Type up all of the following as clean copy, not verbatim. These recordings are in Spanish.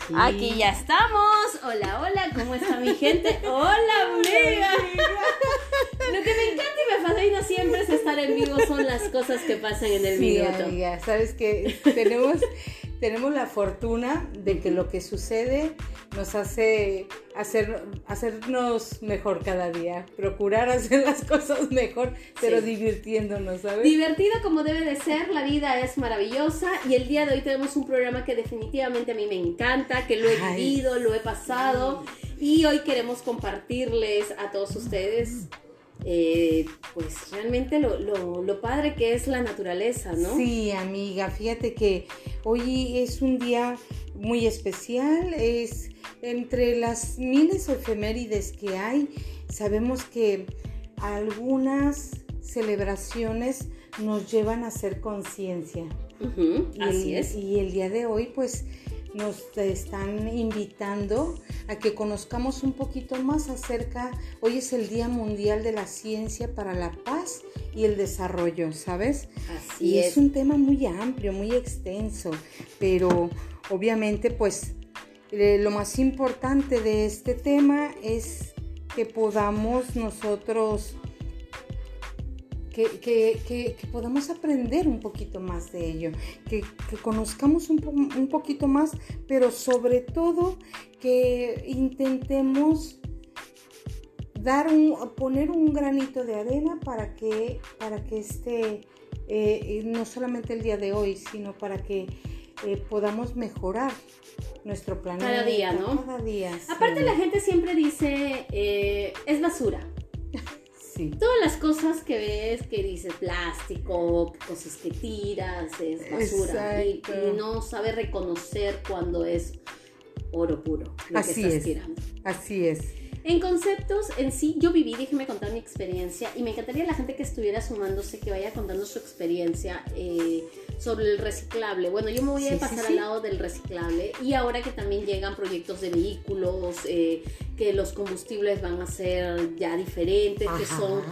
Sí. Aquí ya estamos. Hola, hola, ¿cómo está mi gente? Hola, amiga. Lo que me encanta y me fascina siempre es estar en vivo, son las cosas que pasan en el minuto. Amiga, sabes que tenemos la fortuna de que lo que sucede nos hace hacernos mejor cada día, procurar hacer las cosas mejor, pero divirtiéndonos, ¿sabes? Divertido como debe de ser, la vida es maravillosa y el día de hoy tenemos un programa que definitivamente a mí me encanta, que lo he vivido, lo he pasado y hoy queremos compartirles a todos ustedes pues realmente lo padre que es la naturaleza, ¿no? Sí, amiga, fíjate que hoy es un día muy especial, es entre las miles de efemérides que hay, sabemos que algunas celebraciones nos llevan a hacer conciencia. Así es. Y el día de hoy, pues, nos están invitando a que conozcamos un poquito más acerca. Hoy es el Día Mundial de la Ciencia para la Paz y el Desarrollo, ¿sabes? Así es. Es un tema muy amplio, muy extenso, pero obviamente, pues, lo más importante de este tema es que podamos nosotros que podamos aprender un poquito más de ello, que conozcamos un poquito más, pero sobre todo que intentemos poner un granito de arena para que no solamente el día de hoy, sino para que podamos mejorar nuestro planeta. Cada día, ¿no? Cada día. Sí. Aparte la gente siempre dice, es basura. Sí. Todas las cosas que ves, que dices plástico, cosas que tiras, es basura. Y no sabe reconocer cuando es oro puro lo que estás tirando. Así es. En conceptos en sí, yo viví, déjeme contar mi experiencia y me encantaría la gente que estuviera sumándose, que vaya contando su experiencia sobre el reciclable. Bueno, yo me voy a pasar al lado del reciclable y ahora que también llegan proyectos de vehículos, que los combustibles van a ser ya diferentes, que son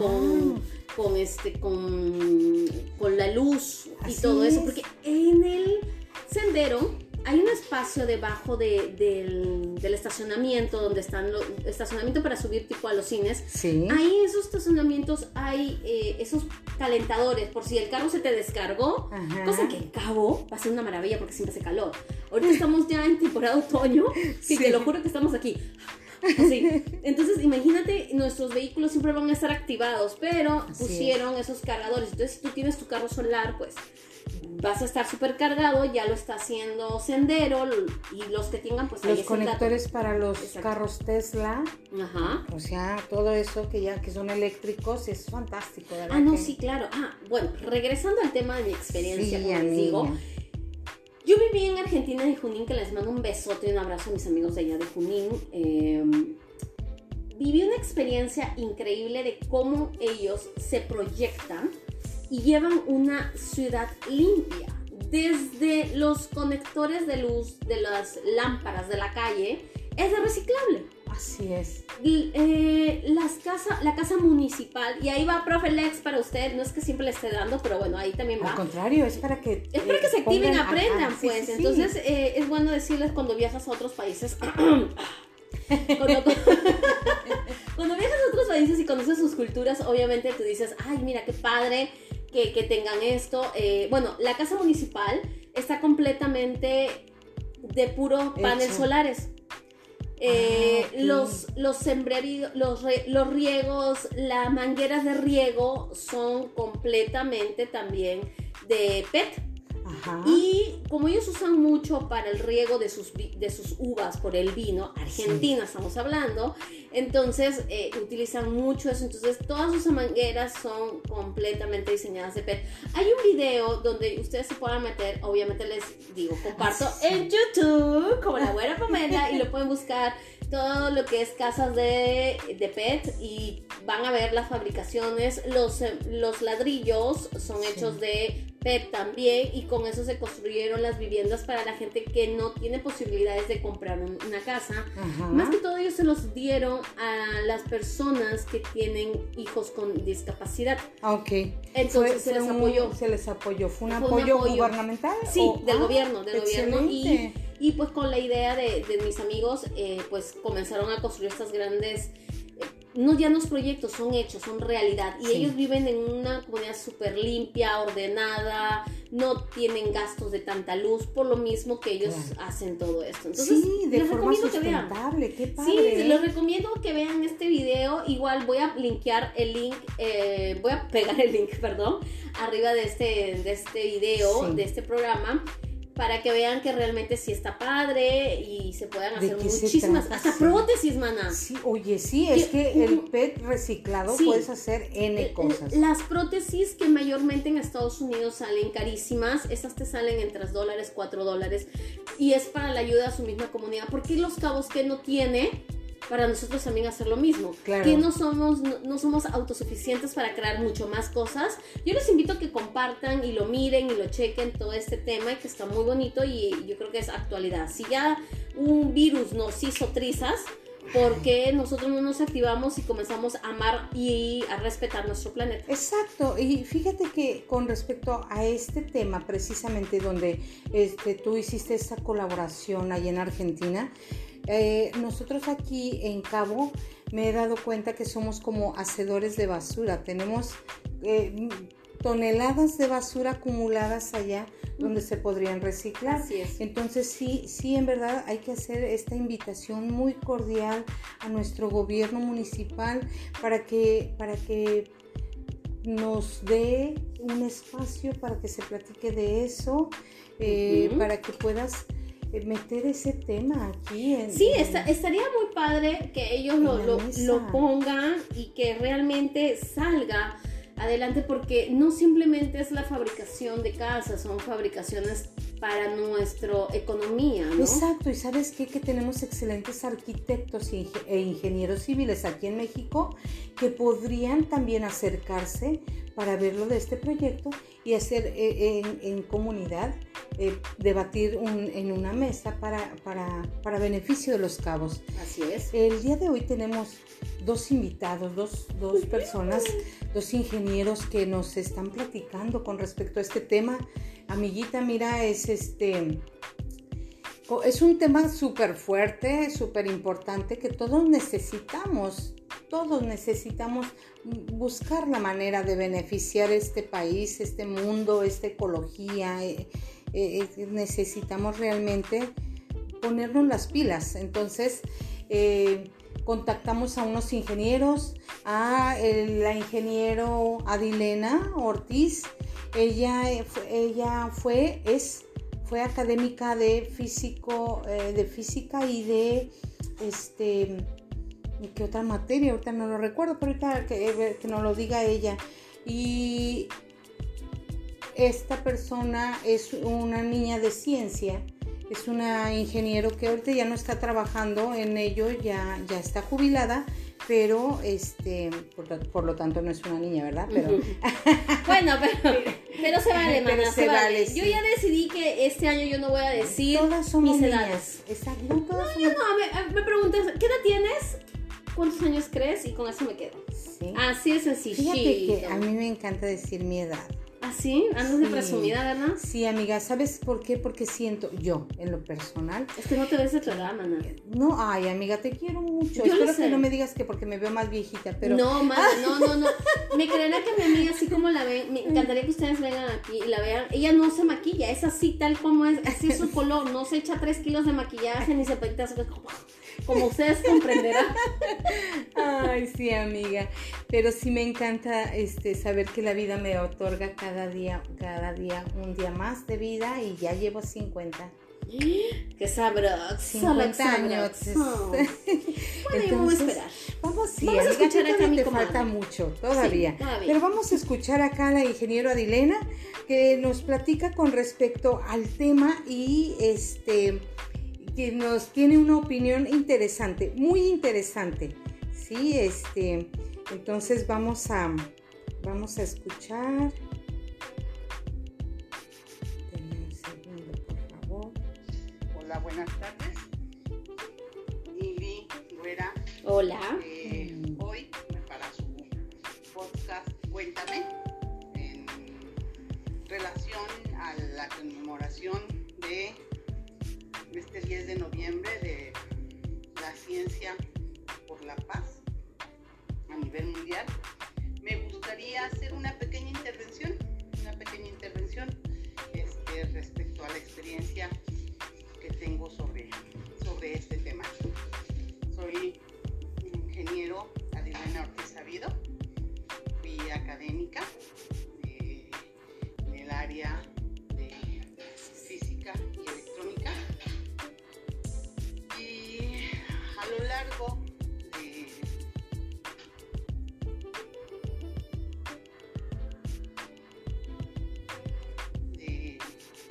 con la luz y así todo eso, es. porque en el sendero hay un espacio debajo del estacionamiento donde están los estacionamiento para subir tipo a los cines. Sí. Ahí en esos estacionamientos hay esos calentadores por si el carro se te descargó. Ajá. Cosa que en Cabo va a ser una maravilla porque siempre hace calor. Ahorita estamos ya en temporada otoño y te lo juro que estamos aquí. Así. Entonces imagínate, nuestros vehículos siempre van a estar activados, pero pusieron esos cargadores. Entonces si tú tienes tu carro solar, pues vas a estar súper cargado, ya lo está haciendo Sendero y los que tengan pues ahí los conectores para los carros Tesla. Ajá. O sea, todo eso que son eléctricos es fantástico, ¿verdad? Sí, claro. Bueno, regresando al tema de mi experiencia, como les amiga. digo, yo viví en Argentina, en Junín, que les mando un besote y un abrazo a mis amigos de allá de Junín. Viví una experiencia increíble de cómo ellos se proyectan y llevan una ciudad limpia. Desde los conectores de luz de las lámparas de la calle es de reciclable. Así es. La casa municipal, y ahí va profe Lex para usted, no es que siempre le esté dando, pero bueno, ahí también va. Al contrario, es para que se activen, aprendan, pues. Sí. Entonces, es bueno decirles cuando viajas a otros países. Cuando viajas a otros países y conoces sus culturas, obviamente tú dices, ay, mira qué padre que tengan esto. Bueno, la casa municipal está completamente de puro paneles solares. Los sembreríos, los riegos, las mangueras de riego son completamente también de PET. Ajá. Y como ellos usan mucho para el riego de sus uvas por el vino, Argentina estamos hablando, entonces utilizan mucho eso. Entonces todas sus mangueras son completamente diseñadas de PET. Hay un video donde ustedes se puedan meter, obviamente les digo, comparto en YouTube como la buena Pamela y lo pueden buscar todo lo que es casas de PET y van a ver las fabricaciones. Los ladrillos son hechos de PET también y con eso se construyeron las viviendas para la gente que no tiene posibilidades de comprar una casa. Ajá. Más que todo ellos se los dieron a las personas que tienen hijos con discapacidad. Ok. Entonces se les apoyó. Fue un apoyo gubernamental. Sí, del gobierno. Excelente. Y y pues con la idea de mis amigos, pues comenzaron a construir estas grandes, ya no es proyectos, son hechos, son realidad, y ellos viven en una comunidad súper limpia, ordenada, no tienen gastos de tanta luz, por lo mismo que ellos hacen todo esto. Entonces, de forma sustentable, qué padre. Sí, les recomiendo que vean este video. Igual voy a linkear el link, voy a pegar el link, perdón, arriba de este video, de este programa, para que vean que realmente sí está padre y se puedan hacer muchísimas, hasta prótesis, maná. Sí, oye, sí, es que el PET reciclado puedes hacer N cosas. Las prótesis que mayormente en Estados Unidos salen carísimas, esas te salen entre $3, $4, y es para la ayuda a su misma comunidad, porque Los Cabos que no tiene, para nosotros también hacer lo mismo. Claro. Que no somos autosuficientes para crear mucho más cosas. Yo les invito a que compartan y lo miren y lo chequen todo este tema, que está muy bonito y yo creo que es actualidad. Si ya un virus nos hizo trizas, ¿por qué nosotros no nos activamos y comenzamos a amar y a respetar nuestro planeta? Exacto, y fíjate que con respecto a este tema, precisamente donde tú hiciste esta colaboración allá en Argentina, nosotros aquí en Cabo me he dado cuenta que somos como hacedores de basura. Tenemos toneladas de basura acumuladas allá donde se podrían reciclar. Así es. Entonces sí, en verdad hay que hacer esta invitación muy cordial a nuestro gobierno municipal para que nos dé un espacio para que se platique de eso, para que puedas meter ese tema aquí. Estaría muy padre que ellos lo pongan y que realmente salga adelante, porque no simplemente es la fabricación de casas, son fabricaciones para nuestra economía, ¿no? Exacto, y ¿sabes qué? Que tenemos excelentes arquitectos e ingenieros civiles aquí en México que podrían también acercarse para verlo de este proyecto y hacer en comunidad, debatir en una mesa para beneficio de Los Cabos. Así es. El día de hoy tenemos dos invitados, dos personas, dos ingenieros que nos están platicando con respecto a este tema. Amiguita, mira, es un tema súper fuerte, súper importante, que todos necesitamos buscar la manera de beneficiar este país, este mundo, esta ecología. Necesitamos realmente ponernos las pilas. Entonces, contactamos a unos ingenieros, a la ingeniero Adilena Ortiz. Ella fue académica de física y de ¿qué otra materia? Ahorita no lo recuerdo, pero ahorita que nos lo diga ella. Y esta persona es una niña de ciencia, es una ingeniero que ahorita ya no está trabajando en ello, ya está jubilada, pero por lo tanto no es una niña, ¿verdad? Pero bueno, pero se vale, pero mana, se vale. Sí. Yo ya decidí que este año yo no voy a decir todas somos mis niñas. edades. Exacto. Me preguntas, ¿qué edad tienes? ¿Cuántos años crees? Y con eso me quedo. Sí. Así de sencillito. Fíjate que a mí me encanta decir mi edad. ¿Ah, sí? ¿Andas de presumida, verdad? Sí, amiga, ¿sabes por qué? Porque siento, yo, en lo personal... Es que no te ves de tu edad, mana. No, ay, amiga, te quiero mucho. Yo Espero que no me digas que porque me veo más viejita, pero... No, mana, no. Me creerá que mi amiga, así como la ven, me encantaría que ustedes vengan aquí y la vean. Ella no se maquilla, es así tal como es, así es su color. No se echa 3 kilos de maquillaje ni se pinta como ustedes comprenderán. Ay, sí, amiga. Pero sí me encanta saber que la vida me otorga cada día un día más de vida y ya llevo 50. ¡Qué sabroso! 50 años. Bueno, vamos a esperar. Vamos a escuchar acá a mi te comadre. falta mucho todavía. Sí, todavía. Pero vamos a escuchar acá a la ingeniero Adilena, que nos platica con respecto al tema y que nos tiene una opinión interesante, muy interesante. Sí, entonces vamos a escuchar. Denme un segundo, por favor. Hola, buenas tardes. Ingrid Ruera. Hola. Hoy, para su podcast Cuéntame, en relación a la conmemoración de este 10 de noviembre de la ciencia por la paz a nivel mundial, me gustaría hacer una pequeña intervención respecto a la experiencia que tengo sobre este tema. Soy ingeniero Adilena Ortiz Sabido, fui académica en el área de física y electrónica, y a lo largo de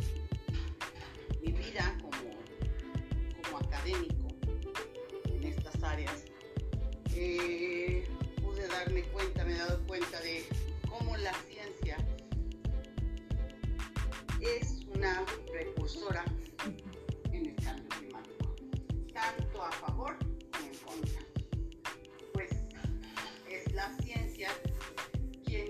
mi vida como académico en estas áreas, me he dado cuenta de cómo la ciencia es una precursora en el cambio climático, tanto a favor como en contra. Pues es la ciencia quien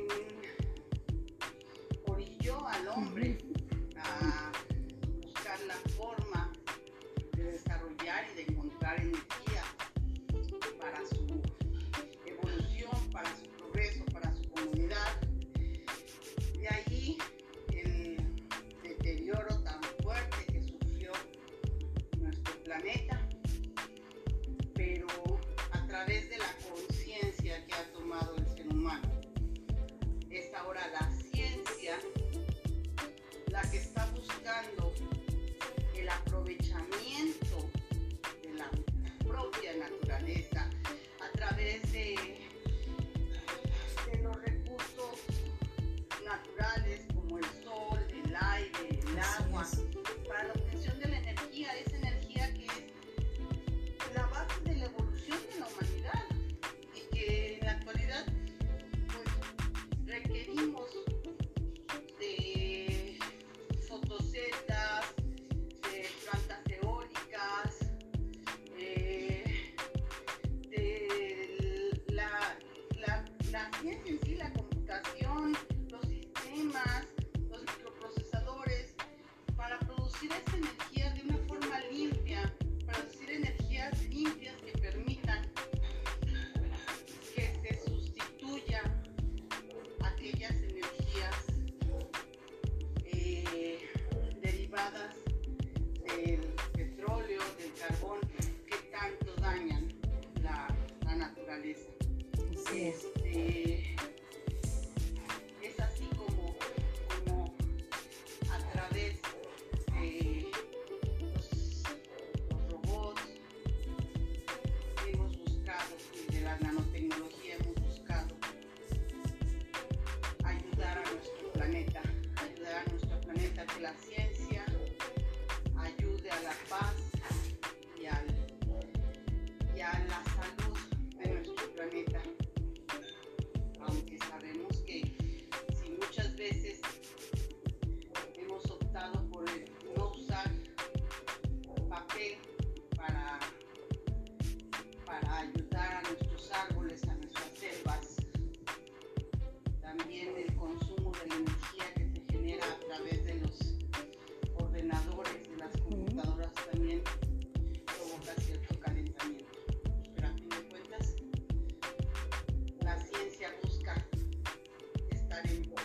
orilló al hombre a buscar la forma de desarrollar y de encontrar energía para su evolución, para su progreso, para su comunidad. De ahí el deterioro tan fuerte que sufrió nuestro planeta, pero a través de la conciencia que ha tomado el ser humano, es ahora la ciencia la que está buscando el aprovechamiento de la propia naturaleza a través de los recursos naturales como el sol, el aire, el agua, para la obtención de la energía, esa energía que es la base de la evolución de la humanidad y que en la actualidad pues requerimos de fotoceldas, de plantas eólicas, de la ciencia en sí, la computación, los sistemas, los microprocesadores, para producir esa energía de una forma limpia, para producir energías limpias que permitan que se sustituya aquellas energías derivadas del petróleo, del carbón, que tanto dañan la naturaleza. Es así como a través de los robots hemos buscado, y de la nanotecnología hemos buscado ayudar a nuestro planeta, que la ciencia ayude a la paz y a la salud de nuestro planeta. Aunque sabemos que si muchas veces hemos optado por no usar papel para ayudar a nuestros árboles, a nuestras selvas, también el consumo de la energía que se genera a través de los ordenadores, de las computadoras, también provoca cierto calentamiento. Pero a fin de cuentas, la ciencia busca estar en pro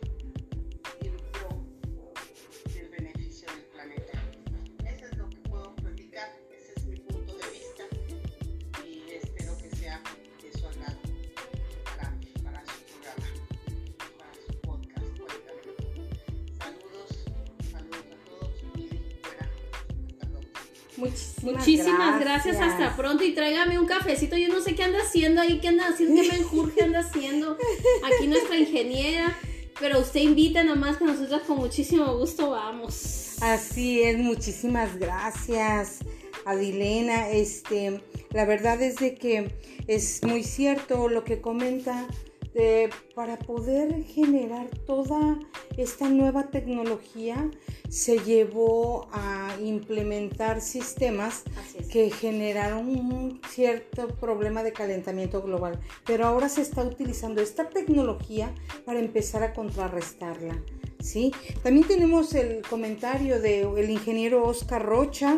del beneficio del planeta. Eso es lo que puedo platicar, ese es mi punto de vista, y espero que sea de su agrado para su programa, para su podcast. Cuéntame. Saludos a todos. Mili, fuera. Hasta luego. Muchísimas gracias, hasta pronto, y tráigame un cafecito. Yo no sé qué anda haciendo ahí, qué menjurje anda haciendo aquí nuestra ingeniera, pero usted invita nada más, que nosotros con muchísimo gusto vamos. Así es, muchísimas gracias, Adilena. La verdad es de que es muy cierto lo que comenta. Para poder generar toda esta nueva tecnología se llevó a implementar sistemas que generaron un cierto problema de calentamiento global, pero ahora se está utilizando esta tecnología para empezar a contrarrestarla. ¿sí? También tenemos el comentario del ingeniero Oscar Rocha,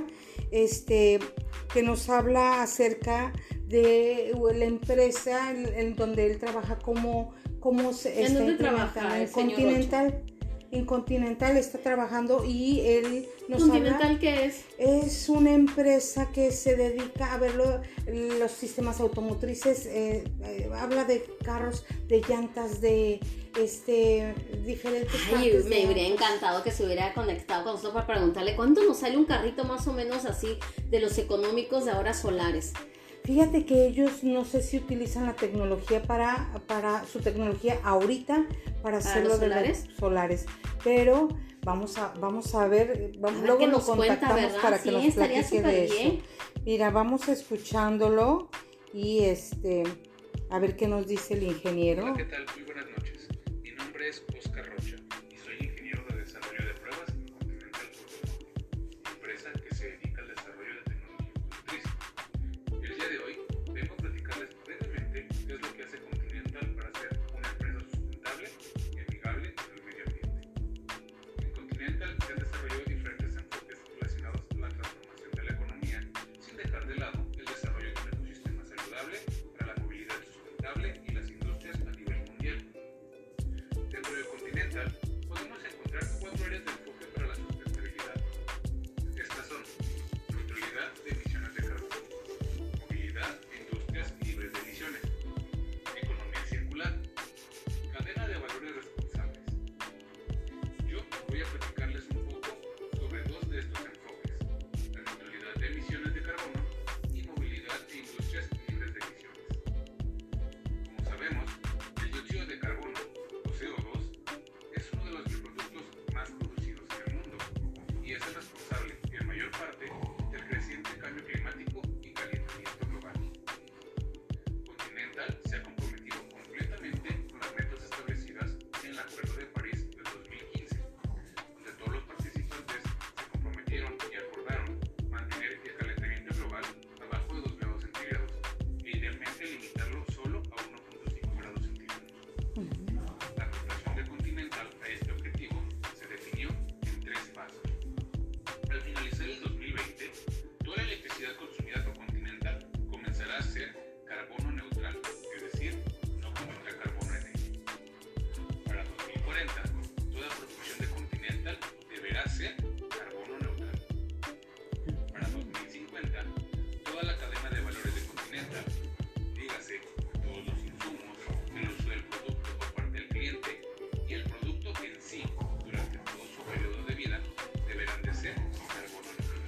que nos habla acerca de la empresa en donde él trabaja, cómo se ¿En está dónde implementando trabaja en Continental. En Continental está trabajando y él nos ¿Continental habla. qué es? Es una empresa que se dedica a ver los sistemas automotrices, habla de carros, de llantas, de diferentes Ay, partes. me hubiera encantado que se hubiera conectado con nosotros para preguntarle cuánto nos sale un carrito más o menos así de los económicos de ahora solares. Fíjate que ellos no sé si utilizan la tecnología para su tecnología ahorita para hacerlo los de solares? los solares, pero vamos a ver, luego que lo nos cuenta, contactamos, ¿verdad? para Sí, que nos estaría platique de súper bien. eso. Mira, vamos escuchándolo y a ver qué nos dice el ingeniero. Hola, ¿qué tal? Muy buenas noches. Mi nombre es Oscar Rocha y soy ingeniero de desarrollo de pruebas en Continental Automotive, empresa que se dedica al desarrollo de tecnología automotriz. El día de hoy vengo a platicarles brevemente qué es lo que hace Continental para ser una empresa sustentable y amigable con el medio ambiente. En Continental se han desarrollado diferentes enfoques relacionados a la transformación de la economía, sin dejar de lado el desarrollo de un ecosistema saludable para la movilidad sustentable y las industrias a nivel mundial. Dentro de Continental podemos encontrar 4 áreas de enfoque para la sustentabilidad. Estas son neutralidad de emisiones de carbono, movilidad e industrias libres de emisiones, economía circular, cadena de valores responsables. Yo voy a platicarles un poco sobre 2 de estos enfoques, la neutralidad de emisiones de carbono y movilidad e industrias libres de emisiones. Como sabemos, el dióxido de carbono, o CO2, es uno de los bioproductos más producidos en el mundo y es el responsable, en mayor parte, del creciente cambio climático y calentamiento global. Continental se ha comprometido completamente con las metas establecidas en el Acuerdo de París del 2015, donde todos los participantes se comprometieron y acordaron mantener el calentamiento global abajo de 2 grados centígrados e idealmente limitarlo solo a 1.5 grados centígrados. La aportación de Continental a este objetivo se definió en 3 pasos. Al finalizar el 2020, toda la electricidad consumida por Continental comenzará a ser carbono neutral, es decir, no contendrá carbono en ella. Para 2040, toda producción de Continental deberá ser carbono neutral. Para 2050, toda la cadena de valores de Continental, dígase todos los insumos, el uso del producto por parte del cliente y el producto en sí durante todo su periodo de vida, deberán de ser carbono neutral.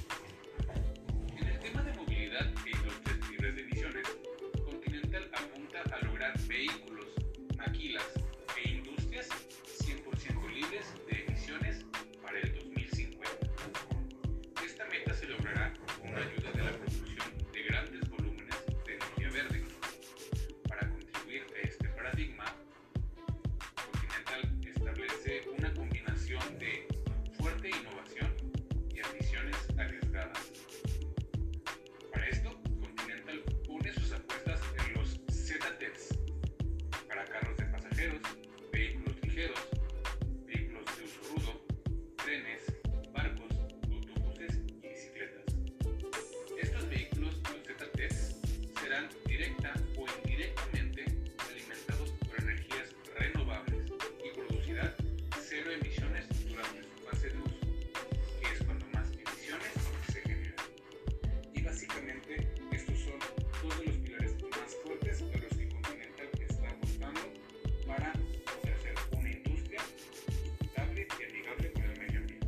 En el tema de movilidad e industrias libres de emisiones, Continental apunta a lograr vehículos, maquilas e industrias 100% libres de emisiones para el 2050. Esta meta se logrará con la ayuda de la producción de grandes volúmenes de energía verde. Para contribuir a este paradigma, Continental establece una combinación de fuerte innovación y ambiciones arriesgadas. Para esto, Continental pone sus apuestas en los ZTEX, para carros de pasajeros, vehículos ligeros, vehículos de uso rudo, trenes, barcos, autobuses y bicicletas. Estos vehículos, los ZTEX, serán directa o indirectamente alimentados por energías renovables y producirán 0 emisiones durante su fase de uso, que es cuando más emisiones se generan. Y básicamente estos son 2 de los pilares más fuertes a los que Continental está apostando para poder ser una industria sustentable y amigable con el medio ambiente.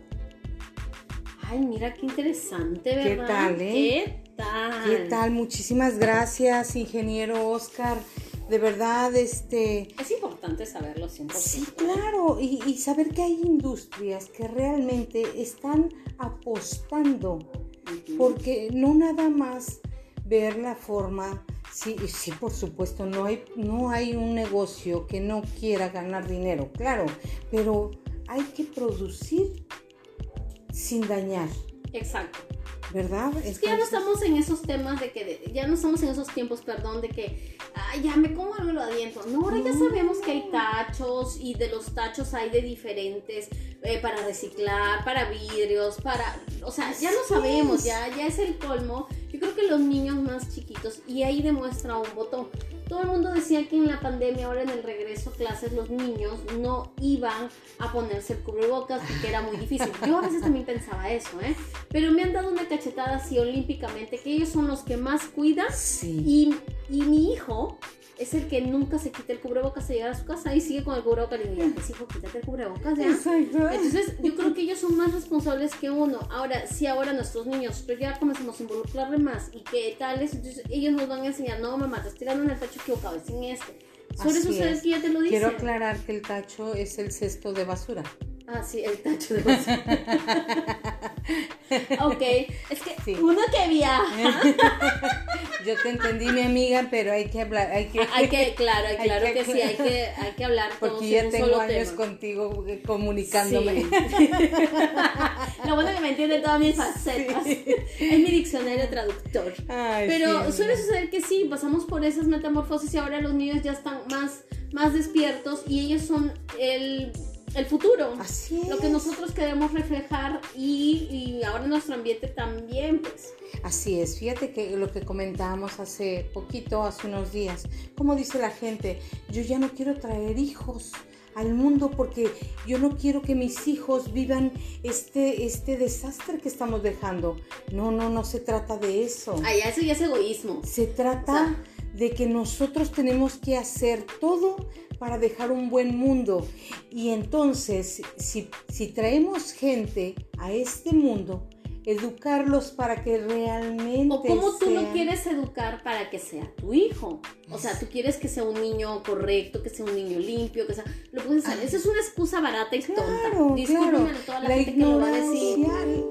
Ay, mira qué interesante, ¿Qué ¿verdad? tal, ¿Qué tal? ¿Qué tal? Muchísimas gracias, ingeniero Oscar. De verdad, Es importante saberlo 100%. sí, claro, y saber que hay industrias que realmente están apostando, Ujú. porque no nada más ver la forma, sí, por supuesto, no hay un negocio que no quiera ganar dinero, claro, pero hay que producir sin dañar, Exacto. ¿verdad? Es que ya no estamos en esos temas de que, ya no estamos en esos tiempos, perdón, de que ay, ya me como algo y lo aviento. No, ahora ya sabemos que hay tachos y de los tachos hay de diferentes, para reciclar, para vidrios, o sea, ya lo sabemos, ya es el colmo. Yo creo que los niños más chiquitos, y ahí demuestra un botón. Todo el mundo decía que en la pandemia, ahora en el regreso a clases, los niños no iban a ponerse el cubrebocas porque era muy difícil. Yo a veces también pensaba eso, pero me han dado una cachetada así olímpicamente, que ellos son los que más cuidan. Sí. Y mi hijo es el que nunca se quita el cubrebocas al llegar a su casa y sigue con el cubrebocas. Y digo, pues hijo, quítate el cubrebocas ya. Exacto. Entonces yo creo que ellos son más responsables que uno. Ahora, si ahora nuestros niños, pero ya comenzamos a involucrarle más y que tales, entonces ellos nos van a enseñar, no mamá, te tirando en el tacho equivocado, es en este. Suele suceder que ya te lo dicen. Quiero aclarar que el tacho es el cesto de basura. Ah, sí, el tacho de basura. Ok, es que Sí. uno que viaja. Yo te entendí, mi amiga, pero hay que hablar, Claro que sí, hay que hablar todos porque en ya un tengo solo años tema. contigo comunicándome. Sí. Lo bueno que me entiende todas mis facetas. Es mi diccionario traductor. Ay, Pero sí, suele amiga. suceder que sí, pasamos por esas metamorfosis y ahora los niños ya están más despiertos y ellos son el futuro. Así es. Lo que nosotros queremos reflejar y ahora nuestro ambiente también, pues. Así es, fíjate que lo que comentábamos hace unos días, como dice la gente, yo ya no quiero traer hijos al mundo porque yo no quiero que mis hijos vivan este desastre que estamos dejando. No se trata de eso. Ay, eso ya es egoísmo. Se trata de que nosotros tenemos que hacer todo para dejar un buen mundo. Y entonces, si traemos gente a este mundo, educarlos para que realmente O cómo tú lo sean... quieres educar para que sea tu hijo. O sea, tú quieres que sea un niño correcto, que sea un niño limpio, que sea... Lo puedes hacer. Esa es una excusa barata y tonta. Discúlpeme a toda la gente que lo va a decir.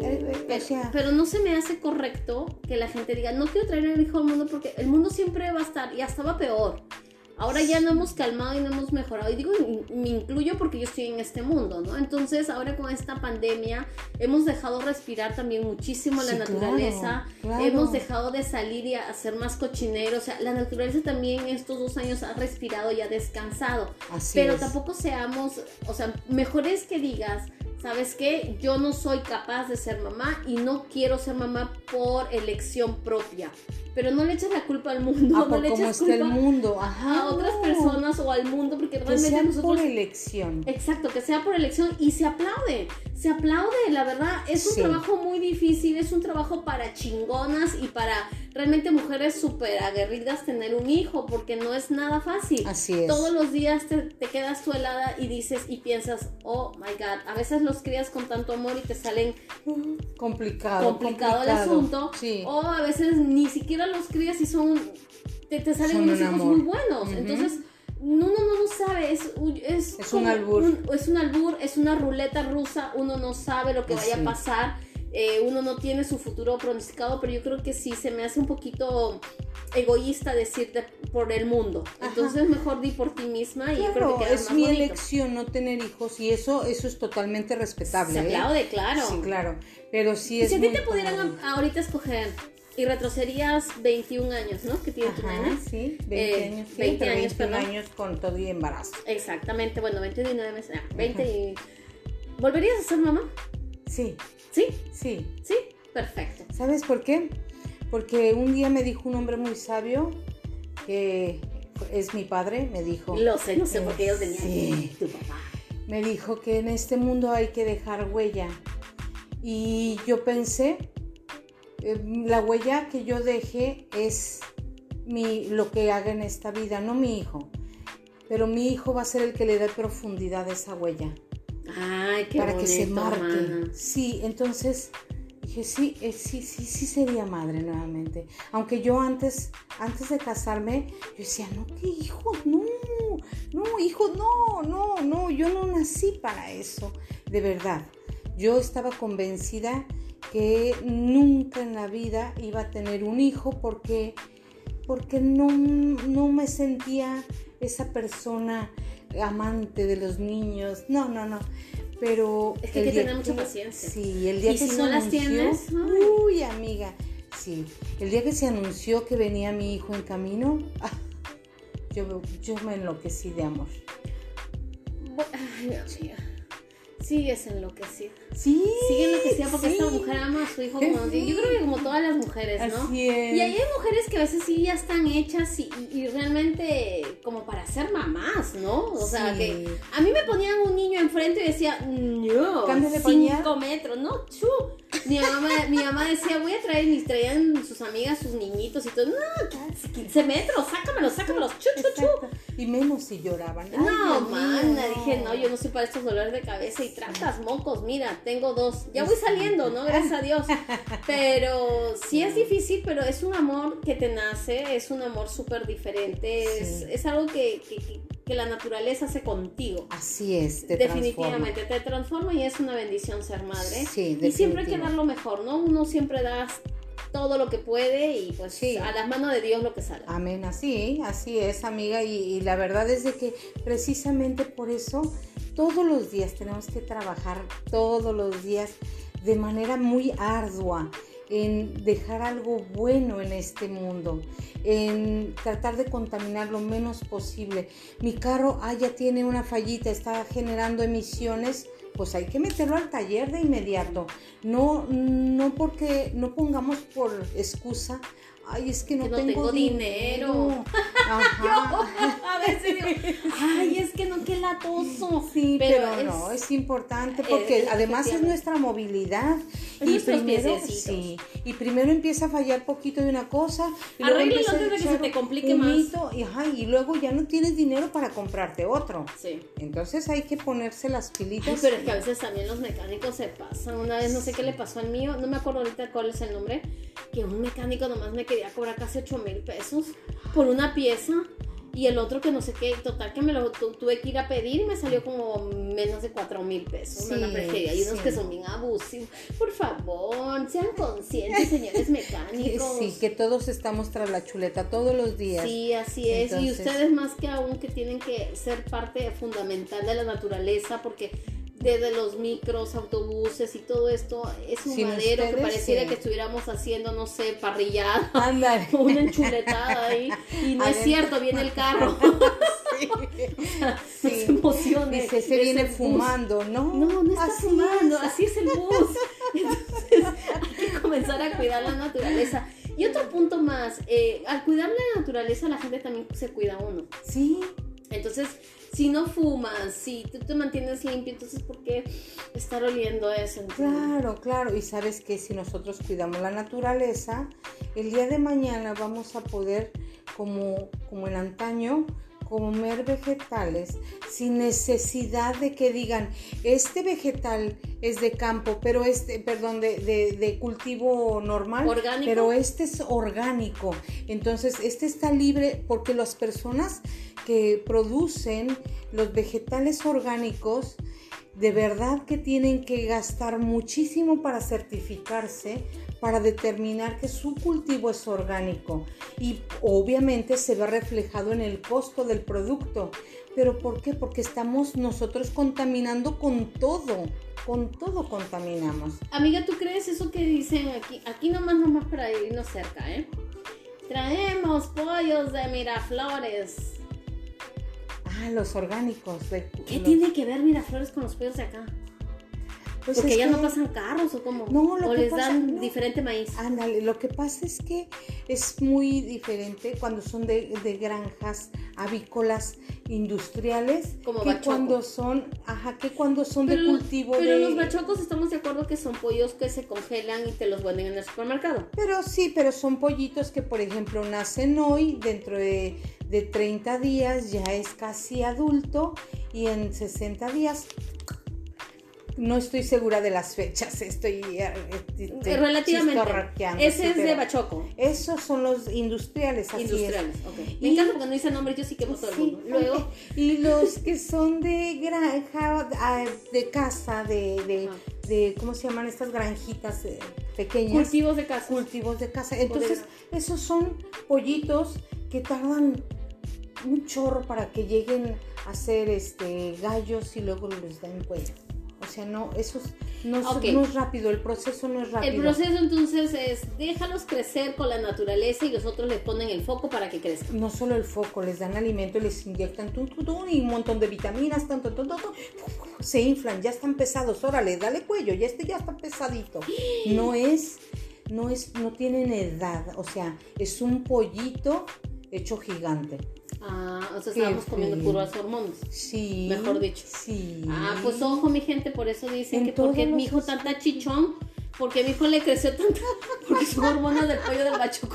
Pero no se me hace correcto que la gente diga, no quiero traer el hijo al mundo porque el mundo siempre va a estar, y hasta va peor. Ahora ya no hemos calmado y no hemos mejorado. Y digo, me incluyo porque yo estoy en este mundo, ¿no? Entonces, ahora con esta pandemia, hemos dejado respirar también muchísimo la naturaleza. Claro. Hemos dejado de salir y hacer más cochinero. O sea, la naturaleza también estos 2 años ha respirado y ha descansado. Pero tampoco seamos, o sea, mejor es que digas, ¿sabes qué? Yo no soy capaz de ser mamá y no quiero ser mamá por elección propia. Pero no le eches la culpa al mundo, no le eches culpa el mundo, a otras personas o al mundo, porque que realmente sea nosotros... por elección. Exacto, que sea por elección y se aplaude, la verdad, es un trabajo muy difícil, es un trabajo para chingonas y para realmente mujeres súper aguerridas tener un hijo, porque no es nada fácil. Así es. Todos los días te quedas tú helada y dices y piensas, oh my God, a veces los crías con tanto amor y te salen complicado el asunto, sí. O a veces ni siquiera los crías y te salen unos hijos muy buenos. Entonces uno no sabe, es un albur. Es un albur, es una ruleta rusa, uno no sabe lo que vaya a pasar, uno no tiene su futuro pronosticado, pero yo creo que sí se me hace un poquito egoísta decirte por el mundo. Entonces mejor di por ti misma y yo creo que queda es más mi bonito. elección no tener hijos y eso es totalmente respetable. Se aplaude, claro. Sí, claro, pero sí es si a muy ti te pudieran ahorita escoger y retrocederías 21 años, ¿no? Que tiene tu nena. Sí, 20 años. Sí, 20 años, 21 perdón. años con todo y embarazo. Exactamente, bueno, 29 meses, 20 y... ¿Volverías a ser mamá? Sí, ¿Sí? sí. ¿Sí? Perfecto. ¿Sabes por qué? Porque un día me dijo un hombre muy sabio, que es mi padre, me dijo... Lo sé, no sé por qué ellos venían sí. tu papá. Me dijo que en este mundo hay que dejar huella. Y yo pensé, la huella que yo deje es lo que haga en esta vida, no mi hijo. Pero mi hijo va a ser el que le dé profundidad a esa huella. Ay, qué para bonito, que se marque. Mana. Sí, entonces dije, sí sería madre nuevamente. Aunque yo antes de casarme, yo decía, no, qué hijos, no, hijos, no, yo no nací para eso, de verdad. Yo estaba convencida que nunca en la vida iba a tener un hijo porque no me sentía esa persona amante de los niños, no. Pero es que hay que tener mucha paciencia. Sí, el día ¿Y que si se no las anunció, tienes? uy, amiga, sí, el día que se anunció que venía mi hijo en camino, yo me enloquecí de amor. Ay, amiga. Sigues enloquecida. Sí. Sigue enloquecida porque sí. esta mujer ama a su hijo como... Yo creo que como todas las mujeres, ¿no? Así es. Y ahí hay mujeres que a veces sí ya están hechas y realmente como para ser mamás, ¿no? O sea, Sí. que a mí me ponían un niño enfrente y decía, no, Cámbiale 5 pañal. metros, no, chu. Mi mamá decía, voy a traer, traían sus amigas, sus niñitos y todo, no, 15 metros, sácamelos, chu, chu, chu. Exacto. Y menos si lloraban. Ay, No, Dios mana, mío, dije, no, yo no soy para estos dolores de cabeza y tratas mocos, mira, tengo 2, ya voy saliendo, ¿no? Gracias a Dios, pero sí es difícil, pero es un amor que te nace, es un amor súper diferente, Sí. es algo que la naturaleza hace contigo. Así es, te Definitivamente, te transforma y es una bendición ser madre. Sí, y siempre hay que definitivo. dar lo mejor, ¿no? Uno siempre da todo lo que puede y pues Sí. a las manos de Dios lo que sale. Amén, así es, amiga, y la verdad es de que precisamente por eso todos los días tenemos que trabajar, todos los días de manera muy ardua en dejar algo bueno en este mundo, en tratar de contaminar lo menos posible. Mi carro, ya tiene una fallita, está generando emisiones, pues hay que meterlo al taller de inmediato. No porque no pongamos por excusa, ay, es que no tengo dinero. Ajá. A veces digo, ay, es que no, qué latoso. Sí, pero no, es importante porque además es efectivamente. nuestra movilidad. Es nuestros piececitos. Sí, y primero empieza a fallar poquito de una cosa. Y luego Arréglalo empieza a antes de que se echar te complique humito, y luego ya no tienes dinero para comprarte otro. Sí. Entonces hay que ponerse las pilitas. Ay, pero es que a veces también los mecánicos se pasan. Una vez no sé qué le pasó al mío, no me acuerdo ahorita cuál es el nombre, que un mecánico nomás me quería cobrar casi 8,000 pesos por una pieza. Y el otro que no sé qué, total que me lo tuve que ir a pedir y me salió como menos de 4,000 pesos. Sí, Una tragedia. Hay unos sí. que son bien abusivos. Por favor, sean conscientes, señores mecánicos. Sí, que todos estamos tras la chuleta todos los días. Sí, así es. Y Entonces, ustedes más que aún que tienen que ser parte fundamental de la naturaleza porque desde los micros, autobuses y todo esto es un Sin madero que ustedes, pareciera sí. que estuviéramos haciendo, no sé, parrillada. Ándale. Una enchuletada ahí. Y no es Adentro. cierto, viene el carro. No se emocione. Dice, se Es viene el bus. fumando, ¿no? No está Así fumando, es. así es el bus. Entonces hay que comenzar a cuidar la naturaleza. Y otro punto más, al cuidar la naturaleza la gente también se cuida uno. Sí, Entonces, si no fumas, si tú te mantienes limpio, entonces ¿por qué estar oliendo eso? claro. Y sabes que si nosotros cuidamos la naturaleza, el día de mañana vamos a poder, como en antaño, comer vegetales sin necesidad de que digan, este vegetal es de campo, pero de cultivo normal, ¿Orgánico? pero este es orgánico. Entonces, este está libre porque las personas que producen los vegetales orgánicos, de verdad que tienen que gastar muchísimo para certificarse, para determinar que su cultivo es orgánico, y obviamente se ve reflejado en el costo del producto. ¿Pero por qué? Porque estamos nosotros contaminando con todo contaminamos. Amiga, ¿tú crees eso que dicen aquí? Aquí nomás para irnos cerca, traemos pollos de Miraflores. Los orgánicos. ¿Qué tiene que ver Miraflores con los pollos de acá? Pues Porque es ya que no pasan carros o cómo. No, lo o que les pasa- dan no. diferente maíz. Ándale, lo que pasa es que es muy diferente cuando son de granjas avícolas industriales Como que bachoco. cuando son de cultivo pero de... los bachocos estamos de acuerdo que son pollos que se congelan y te los venden en el supermercado. Pero son pollitos que, por ejemplo, nacen hoy, dentro de 30 días ya es casi adulto, y en 60 días... No estoy segura de las fechas, estoy Relativamente. chistorraqueando, Ese sí, es de pero bachoco. Esos son los industriales, así Industriales, es. ok. Me Y- encanta porque no dice nombre, yo sí quemo todo el mundo. Luego, y los que son de granja, de casa, de ¿cómo se llaman estas granjitas pequeñas? cultivos de casa. Cultivos de casa. Entonces, esos son pollitos que tardan un chorro para que lleguen a ser gallos y luego les dan cuello. O sea, no, esos Ok. No es rápido, el proceso no es rápido. El proceso entonces es déjalos crecer con la naturaleza y los otros les ponen el foco para que crezcan. No solo el foco, les dan alimento y les inyectan y un montón de vitaminas, se inflan, ya están pesados, órale, dale cuello, ya está pesadito. No tienen edad, o sea, es un pollito hecho gigante. O sea, estábamos comiendo puras hormonas. Sí. Mejor dicho. Sí. Pues ojo, mi gente, por eso dicen En que porque todos mi hijo los tanta chichón, porque mi hijo le creció tanto, porque son hormonas del pollo del bachoco.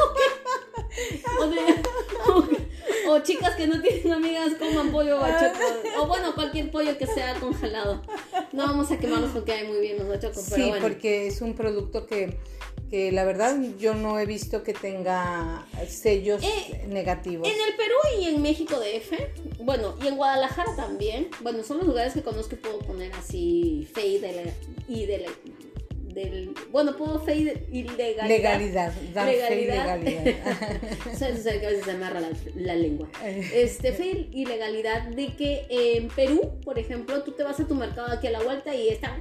O chicas que no tienen amigas coman pollo bachoco. O bueno, cualquier pollo que sea congelado. No vamos a quemarlos porque hay muy bien los bachocos, Sí, pero bueno. porque es un producto que la verdad yo no he visto que tenga sellos negativos. En el Perú y en México DF, bueno, y en Guadalajara también, bueno, son los lugares que conozco y puedo poner así fe bueno, puedo fe y legalidad. Dar fe y legalidad. Sabes que a veces se amarra la lengua. Fe y legalidad de que en Perú, por ejemplo, tú te vas a tu mercado aquí a la vuelta y está...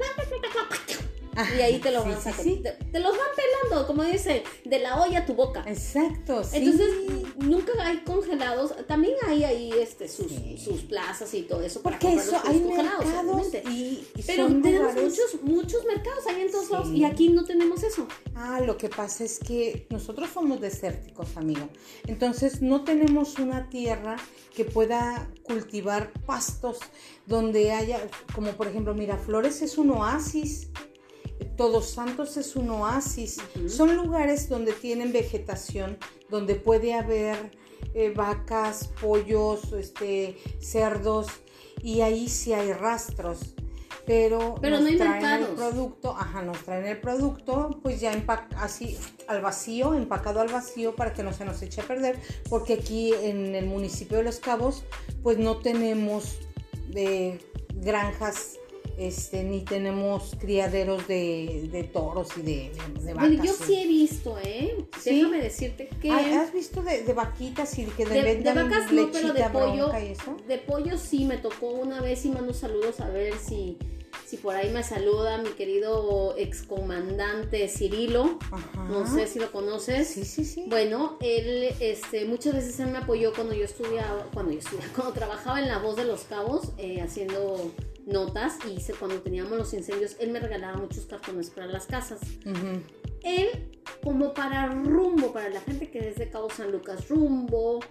Y ahí te los van sacando. Sí. Te los van pelando, como dice, de la olla a tu boca. Exacto, sí. Entonces, nunca hay congelados. También hay ahí sus plazas y todo eso. Porque para eso hay congelados, mercados obviamente. y Pero son tenemos lugares... muchos mercados ahí en todos Sí. lados. Y aquí no tenemos eso. Lo que pasa es que nosotros somos desérticos, amiga. Entonces no tenemos una tierra que pueda cultivar pastos donde haya, como por ejemplo, Miraflores es un oasis. Todos Santos es un oasis. Uh-huh. Son lugares donde tienen vegetación, donde puede haber vacas, pollos, cerdos, y ahí sí hay rastros. Pero no hay mercados. Nos traen el producto, pues ya así al vacío, empacado al vacío para que no se nos eche a perder, porque aquí en el municipio de Los Cabos, pues no tenemos granjas. Ni tenemos criaderos de toros y de vacas. Bueno, yo sí he visto, ¿Sí? Déjame decirte que... ¿Has visto de vaquitas y que de vendan vacas no, pero de lechita pollo. bronca y eso? De pollo sí me tocó una vez y mando saludos a ver si por ahí me saluda mi querido excomandante Cirilo. Ajá. No sé si lo conoces. Sí. Bueno, él muchas veces él me apoyó cuando trabajaba en La Voz de Los Cabos, haciendo notas, y cuando teníamos los incendios, él me regalaba muchos cartones para las casas. Uh-huh. Él, como para la gente que es de Cabo San Lucas, rumbo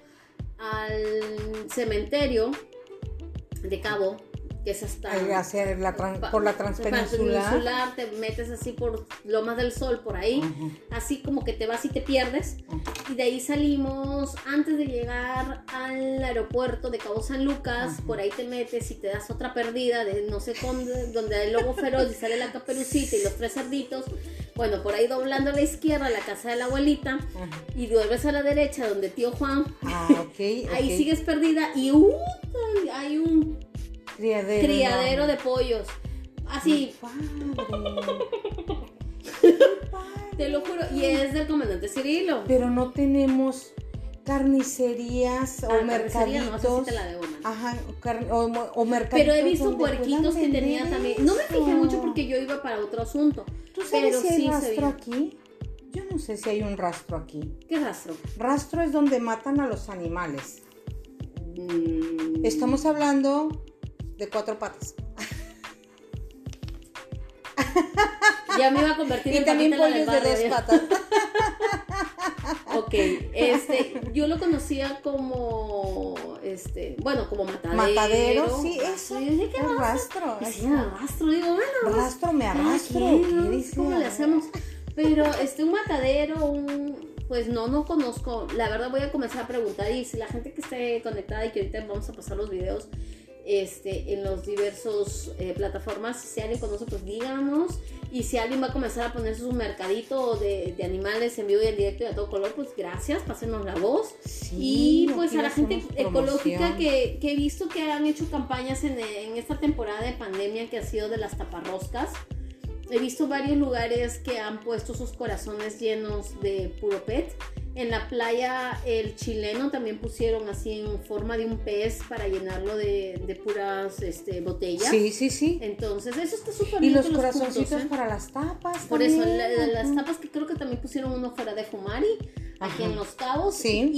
al cementerio de Cabo, que es hasta... por la Transpeninsular. Te metes así por Lomas del Sol, por ahí, Uh-huh. así como que te vas y te pierdes. Uh-huh. Y de ahí salimos antes de llegar al aeropuerto de Cabo San Lucas. Uh-huh. Por ahí te metes y te das otra perdida de no sé donde hay el lobo feroz y sale la Caperucita y los 3 cerditos. Bueno, por ahí doblando a la izquierda, la casa de la abuelita, uh-huh. Y vuelves a la derecha donde tío Juan. Ahí sigues perdida y hay un criadero de pollos. Así. Te lo juro. Y es del comandante Cirilo. Pero no tenemos carnicerías o mercaditos. No sé si te la debo, man. Ajá, o mercaditos. Pero he visto puerquitos que tenía también. No me fijé mucho porque yo iba para otro asunto. ¿Tú sabes pero si hay sí rastro aquí? Yo no sé si hay un rastro aquí. ¿Qué rastro? Rastro es donde matan a los animales. Estamos hablando de 4 patas. Ya me iba a convertir en también Paquita pollos la del barrio, de 2 patas. Ok, yo lo conocía como, como matadero. Matadero, sí, eso. Yo dije, ¿qué es rastro. Rastro, digo, bueno. Rastro, me arrastro. ¿Qué dice? ¿Cómo le hacemos? Pero, un matadero, pues no conozco. La verdad voy a comenzar a preguntar, y si la gente que esté conectada y que ahorita vamos a pasar los videos, en los diversos plataformas, si alguien conoce, pues díganos. Y si alguien va a comenzar a poner su mercadito de animales en vivo y en directo y a todo color, pues gracias, pásenos la voz. Sí, y pues a la gente ecológica que he visto que han hecho campañas en esta temporada de pandemia, que ha sido de las taparroscas. He visto varios lugares que han puesto sus corazones llenos de puro pet. En la playa El Chileno también pusieron así en forma de un pez para llenarlo de puras botellas. Sí. Entonces, eso está súper Y bien. los corazoncitos para las tapas. Por también. eso, las tapas que creo que también pusieron uno fuera de Jumari, aquí en Los Cabos. Sí.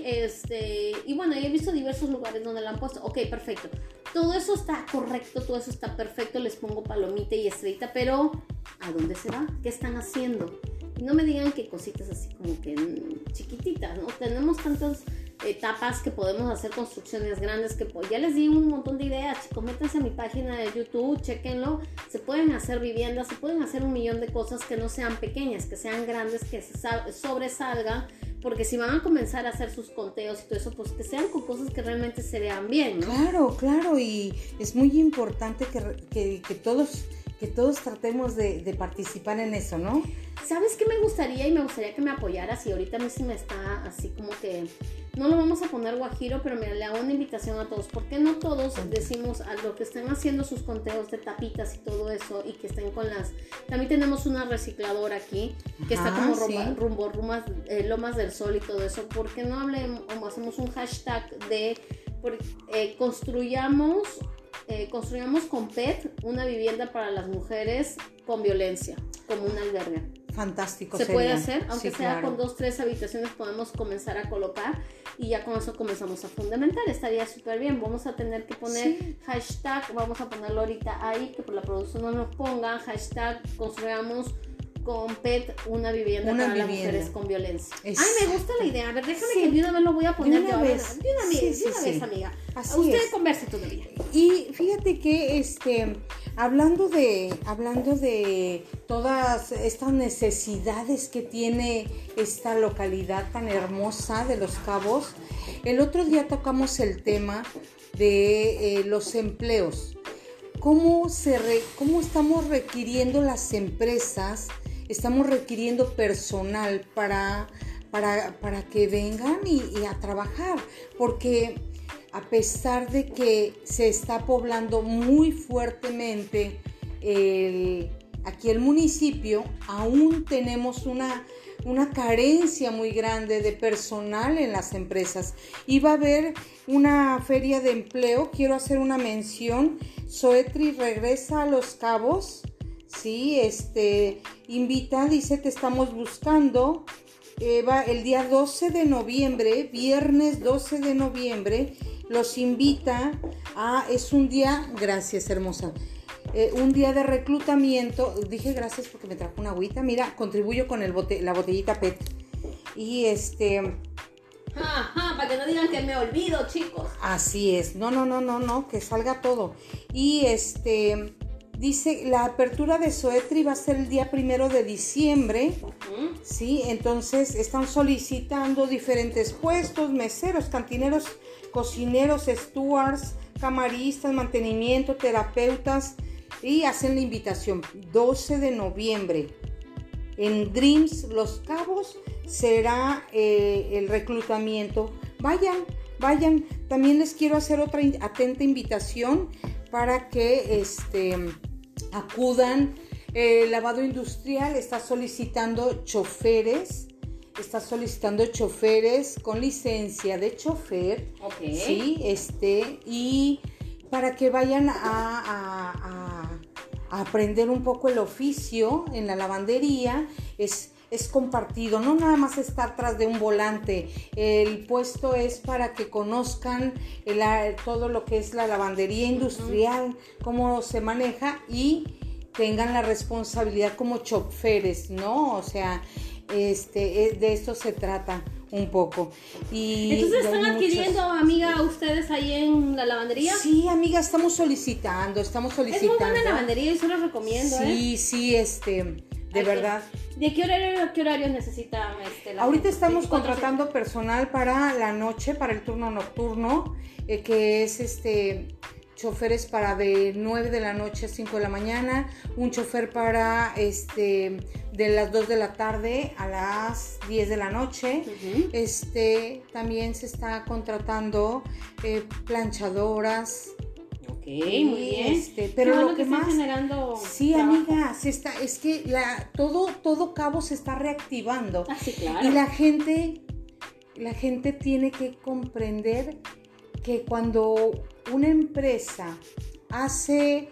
Y bueno, he visto diversos lugares donde la han puesto. Ok, perfecto. Todo eso está correcto, todo eso está perfecto. Les pongo palomita y estrellita, pero ¿a dónde se va? ¿Qué están haciendo? Y no me digan que cositas así como que chiquititas, ¿no? Tenemos tantas etapas que podemos hacer construcciones grandes que ya les di un montón de ideas, chicos. Métanse a mi página de YouTube, chéquenlo. Se pueden hacer viviendas, se pueden hacer un millón de cosas que no sean pequeñas, que sean grandes, que se sobresalgan, porque si van a comenzar a hacer sus conteos y todo eso, pues que sean con cosas que realmente se vean bien, ¿no? Claro, y es muy importante que todos tratemos de participar en eso, ¿no? ¿Sabes qué me gustaría? Y me gustaría que me apoyaras, y ahorita a mí sí me está así como que no lo vamos a poner guajiro, pero mira, le hago una invitación a todos, porque no todos decimos a lo que estén haciendo sus conteos de tapitas y todo eso, y que estén con también tenemos una recicladora aquí, que está como rumbo Lomas del Sol y todo eso. ¿Por qué no hacemos un hashtag de construyamos con PET una vivienda para las mujeres con violencia, como un albergue? Fantástico. Se puede hacer, aunque sí, sea claro. con 2-3 habitaciones, podemos comenzar a colocar y ya con eso comenzamos a fundamentar. Estaría súper bien. Vamos a tener que poner hashtag, vamos a ponerlo ahorita ahí, que por la producción no nos pongan hashtag construyamos con PET una vivienda para las mujeres con violencia. Ay, me gusta la idea. A ver, déjame que de una vez lo voy a poner. De una vez, amiga. Así Usted es. converse todavía. Y fíjate que hablando de todas estas necesidades que tiene esta localidad tan hermosa de Los Cabos, el otro día tocamos el tema de los empleos. ¿Cómo estamos requiriendo las empresas? Estamos requiriendo personal para que vengan y a trabajar, porque a pesar de que se está poblando muy fuertemente aquí el municipio, aún tenemos una carencia muy grande de personal en las empresas. Y va a haber una feria de empleo. Quiero hacer una mención. Zoetri regresa a Los Cabos. Sí, invita, dice, te estamos buscando. El día 12 de noviembre, viernes 12 de noviembre, los invita es un día, gracias hermosa, un día de reclutamiento. Dije gracias porque me trajo una agüita. Mira, contribuyo con la botellita PET. Y para que no digan que me olvido, chicos. Así es. No, que salga todo. Y dice, la apertura de Zoetri va a ser el día 1 de diciembre. Sí, entonces están solicitando diferentes puestos: meseros, cantineros, cocineros, stewards, camaristas, mantenimiento, terapeutas, y hacen la invitación 12 de noviembre en Dreams Los Cabos será el reclutamiento. Vayan. También les quiero hacer otra atenta invitación para que acudan. Lavado Industrial está solicitando choferes con licencia de chofer. Okay. Sí, y para que vayan a aprender un poco el oficio en la lavandería. Es compartido, no nada más estar tras de un volante. El puesto es para que conozcan todo lo que es la lavandería industrial, cómo se maneja, y tengan la responsabilidad como choferes, ¿no? O sea, de esto se trata un poco. Y entonces están adquiriendo, amiga, ustedes ahí en la lavandería. Sí, amiga, estamos solicitando. Es muy buena lavandería, yo se los recomiendo. Sí, de verdad. ¿De qué horario a qué horarios necesitan Ahorita estamos contratando personal para la noche, para el turno nocturno, que es choferes para de 9 de la noche a 5 de la mañana, un chofer para de las 2 de la tarde a las 10 de la noche. También se está contratando planchadoras. muy bien. Pero qué lo bueno que están más generando sí, trabajo. amiga, es que todo cabo se está reactivando. Ah, sí, claro. Y la gente tiene que comprender que cuando una empresa hace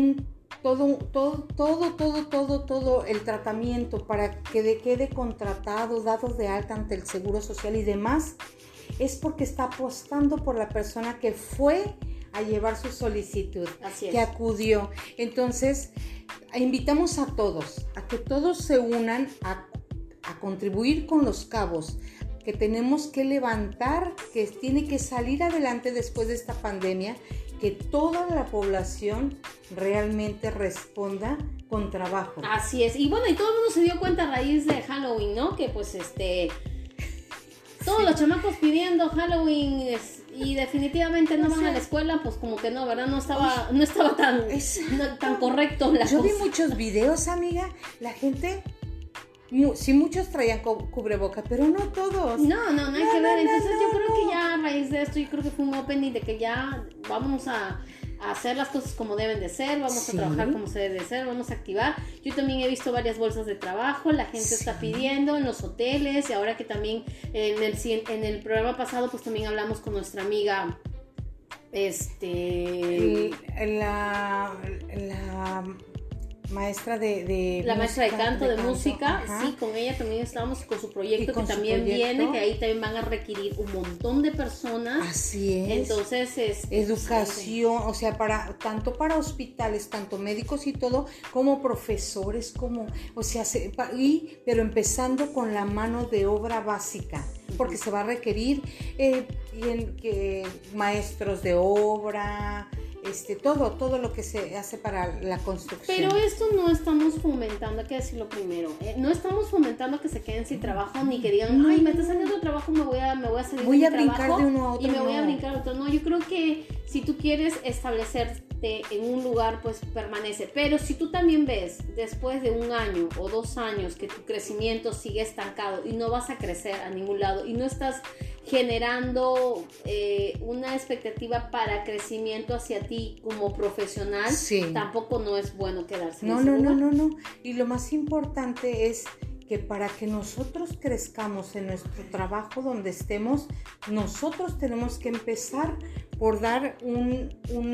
todo el tratamiento para que quede contratado, dado de alta ante el Seguro Social y demás, es porque está apostando por la persona que fue a llevar su solicitud, que acudió. Entonces, invitamos a todos, a que todos se unan a contribuir con los cabos, que tenemos que levantar, que tiene que salir adelante después de esta pandemia, que toda la población realmente responda con trabajo. Así es. Y bueno, y todo el mundo se dio cuenta a raíz de Halloween, ¿no? Que pues todos los chamacos pidiendo Halloween y definitivamente no van a la escuela, pues como que no, ¿verdad? No estaba tan correcto la cosa. Yo vi muchos videos, amiga, la gente, sí, muchos traían cubreboca, pero no todos. No hay que ver. Entonces yo creo que ya a raíz de esto, yo creo que fue un opening de que ya vamos a hacer las cosas como deben de ser, vamos a trabajar como se debe de ser, vamos a activar. Yo también he visto varias bolsas de trabajo, la gente está pidiendo en los hoteles, y ahora que también en el programa pasado pues también hablamos con nuestra amiga la maestra de la maestra de canto, de música, ajá. Sí, con ella también estábamos con su proyecto que también viene, que ahí también van a requerir un montón de personas. Así es. Entonces, educación, o sea, tanto para hospitales, tanto médicos y todo, como profesores, pero empezando con la mano de obra básica, porque se va a requerir maestros de obra, todo lo que se hace para la construcción. Pero esto no estamos fomentando, hay que decirlo primero, no estamos fomentando que se queden sin trabajo, ni que digan, ay, me está saliendo otro trabajo, me voy a salir voy de a mi brincar trabajo de uno a otro, y me voy a brincar a otro. No, yo creo que si tú quieres establecerte en un lugar, pues permanece. Pero si tú también ves, después de 1 año o 2 años, que tu crecimiento sigue estancado y no vas a crecer a ningún lado y no estás generando una expectativa para crecimiento hacia ti como profesional, tampoco no es bueno quedarse en ese lugar. No. Y lo más importante es que para que nosotros crezcamos en nuestro trabajo donde estemos, nosotros tenemos que empezar por dar un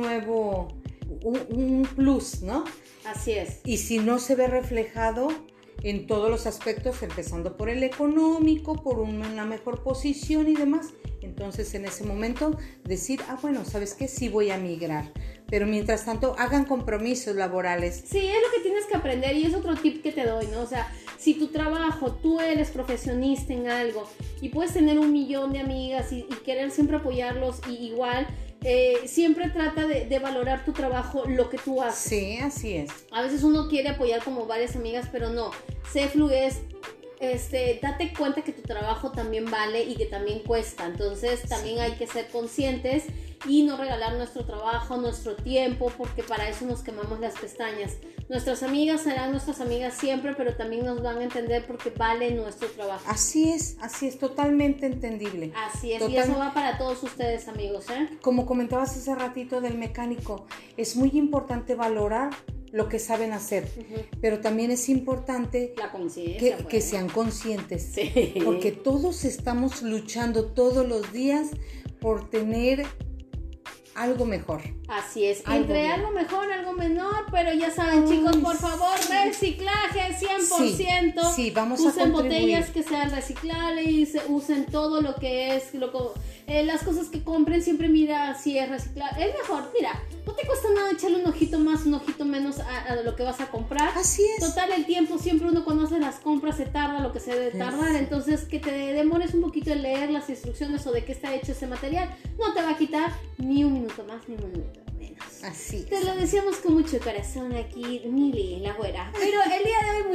plus, ¿no? Así es. Y si no se ve reflejado en todos los aspectos, empezando por el económico, por una mejor posición y demás, entonces en ese momento decir, bueno, ¿sabes qué? Sí voy a migrar. Pero mientras tanto, hagan compromisos laborales. Sí, es lo que tienes que aprender, y es otro tip que te doy, ¿no? O sea, si tu trabajo, tú eres profesionista en algo y puedes tener 1 millón de amigas y querer siempre apoyarlos, y igual siempre trata de valorar tu trabajo, lo que tú haces. Sí, así es. A veces uno quiere apoyar como varias amigas, pero no, sé fluidez. Date cuenta que tu trabajo también vale y que también cuesta. Entonces también hay que ser conscientes y no regalar nuestro trabajo, nuestro tiempo, porque para eso nos quemamos las pestañas. Nuestras amigas serán nuestras amigas siempre, pero también nos van a entender porque vale nuestro trabajo. Así es, totalmente entendible. Así es, y eso va para todos ustedes, amigos, Como comentabas hace ratito del mecánico, es muy importante valorar lo que saben hacer, pero también es importante la conciencia, que sean conscientes, sí. Porque todos estamos luchando todos los días por tener algo mejor. Así es, entre algo mejor, algo menor, pero ya saben, chicos, por favor, reciclaje 100%. Sí, vamos usen a contribuir. Botellas que sean reciclables y usen todo lo que es, las cosas que compren, siempre mira si es reciclable. Es mejor, mira, no te cuesta nada echarle un ojito más, un ojito menos a lo que vas a comprar. Así es. Total, el tiempo, siempre uno cuando hace las compras se tarda lo que se debe tardar, entonces que te demores un poquito en leer las instrucciones o de qué está hecho ese material, no te va a quitar ni 1 minuto más, ni 1 minuto menos. Así Te lo decíamos con mucho corazón aquí, Mili, la güera. Pero el día de hoy,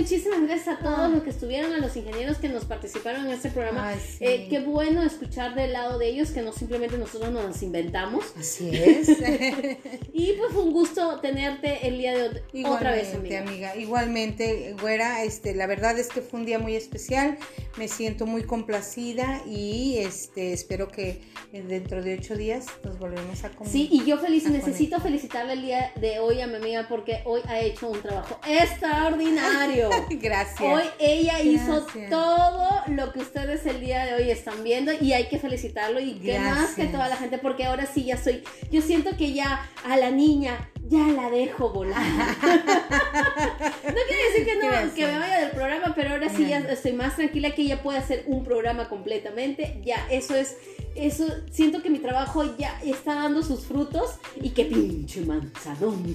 muchísimas gracias a todos los que estuvieron, a los ingenieros que nos participaron en este programa. Ay, sí. Qué bueno escuchar del lado de ellos, que no simplemente nosotros nos las inventamos. Así es. Y pues fue un gusto tenerte el día de hoy otra vez, amiga. Igualmente, güera, la verdad es que fue un día muy especial, me siento muy complacida y espero que dentro de 8 días nos volvemos a comunicar. Sí, y yo necesito felicitarle el día de hoy a mi amiga porque hoy ha hecho un trabajo extraordinario. Gracias. Hoy ella hizo todo lo que ustedes el día de hoy están viendo y hay que felicitarlo y que más que toda la gente, porque ahora sí yo siento que ya a la niña ya la dejo volar. No quiere decir que me vaya del programa, pero ahora sí ya estoy más tranquila que ella puede hacer un programa completamente. Ya, eso siento que mi trabajo ya está dando sus frutos y que pinche manzanón.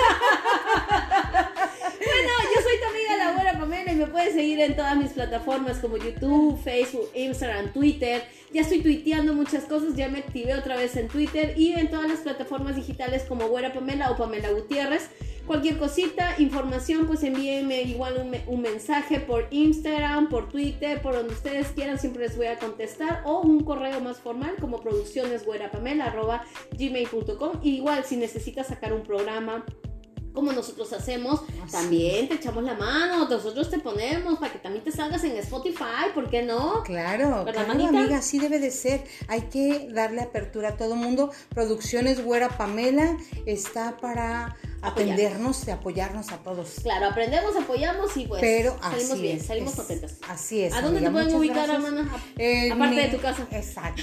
Bueno, yo soy tu amiga la güera Pamela y me puedes seguir en todas mis plataformas como YouTube, Facebook, Instagram, Twitter. Ya estoy tuiteando muchas cosas, ya me activé otra vez en Twitter y en todas las plataformas digitales como Güera Pamela o Pamela Gutiérrez. Cualquier cosita, información, pues envíenme igual un mensaje por Instagram, por Twitter, por donde ustedes quieran, siempre les voy a contestar, o un correo más formal como produccionesguerapamela@gmail.com. Y igual si necesitas sacar un programa como nosotros hacemos, también te echamos la mano, nosotros te ponemos para que también te salgas en Spotify, ¿por qué no? Claro, amiga, así debe de ser, hay que darle apertura a todo mundo. Producciones Güera Pamela está para atendernos, de apoyarnos a todos. Claro, aprendemos, apoyamos y pues pero salimos bien, salimos contentos. Así es. ¿A dónde te pueden ubicar, hermana? Aparte de tu casa. Exacto.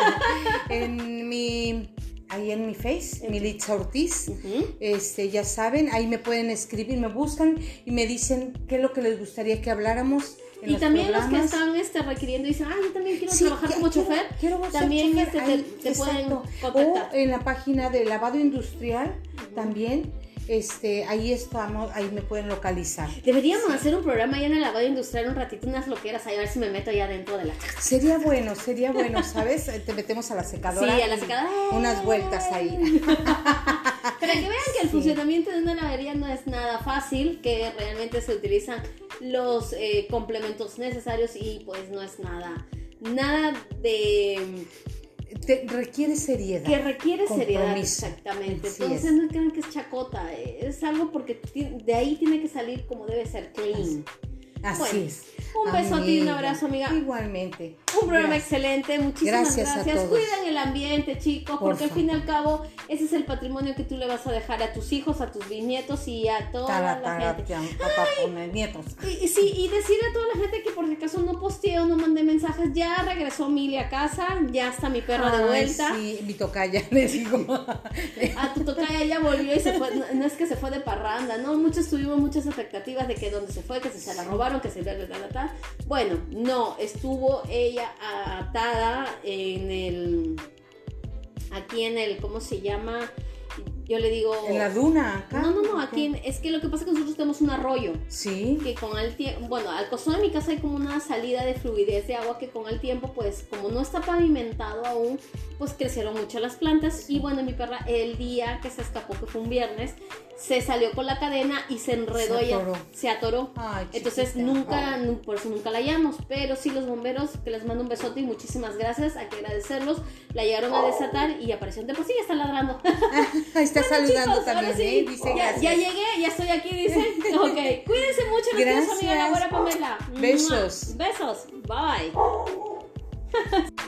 Ahí en mi Face, Militza Ortiz, ya saben, ahí me pueden escribir, me buscan y me dicen qué es lo que les gustaría que habláramos en y los también programas. Los que están requiriendo y dicen, yo también quiero trabajar como chofer, también te pueden contactar. O en la página de lavado industrial también. Ahí estamos, ahí me pueden localizar. Deberíamos hacer un programa allá en el lavado industrial un ratito, unas loqueras, a ver si me meto allá dentro de la casa. Sería bueno, ¿sabes? Te metemos a la secadora. Sí, a la secadora. Unas vueltas ahí. Para que vean que el funcionamiento de una lavandería no es nada fácil, que realmente se utilizan los complementos necesarios y pues no es nada de... requiere seriedad. Que requiere seriedad, exactamente. Entonces no crean que es chacota, es algo porque de ahí tiene que salir como debe ser, clean. Así es. Un beso a ti y un abrazo, amiga. Igualmente. Un programa excelente, muchísimas gracias. Cuiden el ambiente, chicos, porque al fin y al cabo ese es el patrimonio que tú le vas a dejar a tus hijos, a tus bisnietos y a toda la gente. Nietos. Y decirle a toda la gente que por si acaso no posteo, no mandé mensajes, ya regresó Mili a casa, ya está mi perra de vuelta. Sí, mi tocaya, le digo. Tu tocaya ya volvió y se fue, no es que se fue de parranda, ¿no? Muchos tuvimos muchas expectativas de que dónde se fue, que se la robaron, que se le tal. Bueno, no, estuvo ella atada aquí en el, ¿cómo se llama? Yo le digo... ¿En la duna acá? No, aquí es que lo que pasa es que nosotros tenemos un arroyo. Sí. Que con el tiempo, bueno, al costado de mi casa hay como una salida de fluidez de agua que con el tiempo, pues, como no está pavimentado aún, pues crecieron mucho las plantas. Y bueno, mi perra, el día que se escapó, que fue un viernes, se salió con la cadena y se enredó, se atoró. Ay, entonces por eso nunca la hallamos, pero sí los bomberos, que les mando un besote y muchísimas gracias, hay que agradecerlos, la llegaron a desatar y apareció, de pues sí, ya está ladrando. Está saludando, chicos, sí, también, dice gracias. Ya llegué, ya estoy aquí, dice. Ok, cuídense mucho, los quiero, amiga, la Güera Pamela. Besos. Besos, bye.